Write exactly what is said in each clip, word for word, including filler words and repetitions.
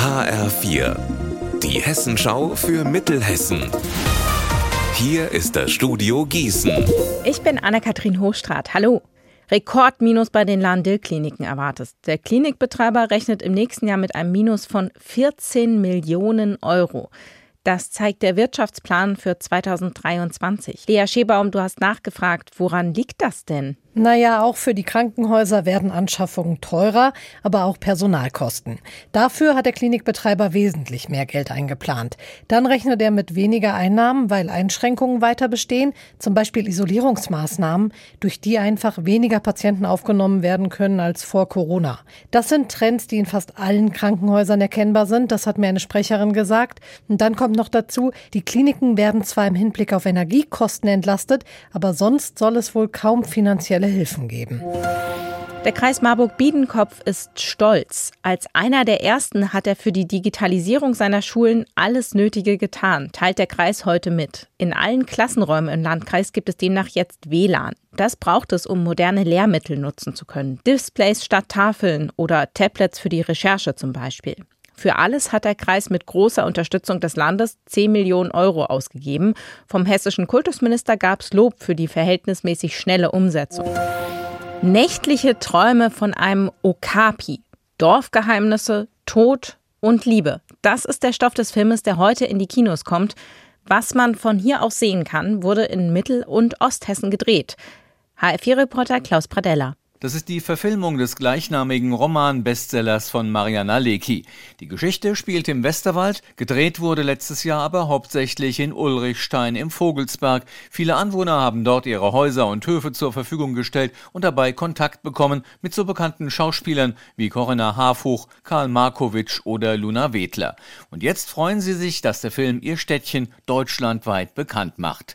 H R vier, die Hessenschau für Mittelhessen. Hier ist das Studio Gießen. Ich bin Anne-Kathrin Hochstraat. Hallo. Rekordminus bei den Lahn-Dill-Kliniken erwartet. Der Klinikbetreiber rechnet im nächsten Jahr mit einem Minus von vierzehn Millionen Euro. Das zeigt der Wirtschaftsplan für zweitausenddreiundzwanzig. Lea Schebaum, du hast nachgefragt, woran liegt das denn? Naja, auch für die Krankenhäuser werden Anschaffungen teurer, aber auch Personalkosten. Dafür hat der Klinikbetreiber wesentlich mehr Geld eingeplant. Dann rechnet er mit weniger Einnahmen, weil Einschränkungen weiter bestehen, zum Beispiel Isolierungsmaßnahmen, durch die einfach weniger Patienten aufgenommen werden können als vor Corona. Das sind Trends, die in fast allen Krankenhäusern erkennbar sind, das hat mir eine Sprecherin gesagt. Und dann kommt noch dazu, die Kliniken werden zwar im Hinblick auf Energiekosten entlastet, aber sonst soll es wohl kaum finanzielle Hilfen geben. Der Kreis Marburg-Biedenkopf ist stolz. Als einer der ersten hat er für die Digitalisierung seiner Schulen alles Nötige getan, teilt der Kreis heute mit. In allen Klassenräumen im Landkreis gibt es demnach jetzt W L A N. Das braucht es, um moderne Lehrmittel nutzen zu können. Displays statt Tafeln oder Tablets für die Recherche zum Beispiel. Für alles hat der Kreis mit großer Unterstützung des Landes zehn Millionen Euro ausgegeben. Vom hessischen Kultusminister gab es Lob für die verhältnismäßig schnelle Umsetzung. Nächtliche Träume von einem Okapi. Dorfgeheimnisse, Tod und Liebe. Das ist der Stoff des Filmes, der heute in die Kinos kommt. Was man von hier aus sehen kann, wurde in Mittel- und Osthessen gedreht. H R vier Reporter Klaus Pradella. Das ist die Verfilmung des gleichnamigen Roman-Bestsellers von Mariana Lecki. Die Geschichte spielt im Westerwald, gedreht wurde letztes Jahr aber hauptsächlich in Ulrichstein im Vogelsberg. Viele Anwohner haben dort ihre Häuser und Höfe zur Verfügung gestellt und dabei Kontakt bekommen mit so bekannten Schauspielern wie Corinna Harfuch, Karl Markowitsch oder Luna Wedler. Und jetzt freuen sie sich, dass der Film ihr Städtchen deutschlandweit bekannt macht.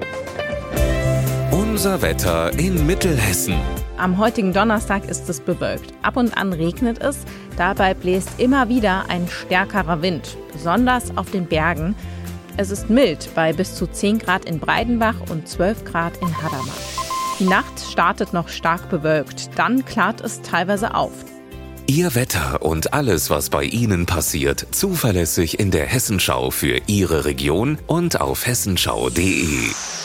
Unser Wetter in Mittelhessen. Am heutigen Donnerstag ist es bewölkt. Ab und an regnet es. Dabei bläst immer wieder ein stärkerer Wind, besonders auf den Bergen. Es ist mild bei bis zu zehn Grad in Breidenbach und zwölf Grad in Hadamar. Die Nacht startet noch stark bewölkt. Dann klart es teilweise auf. Ihr Wetter und alles, was bei Ihnen passiert, zuverlässig in der Hessenschau für Ihre Region und auf hessenschau punkt de.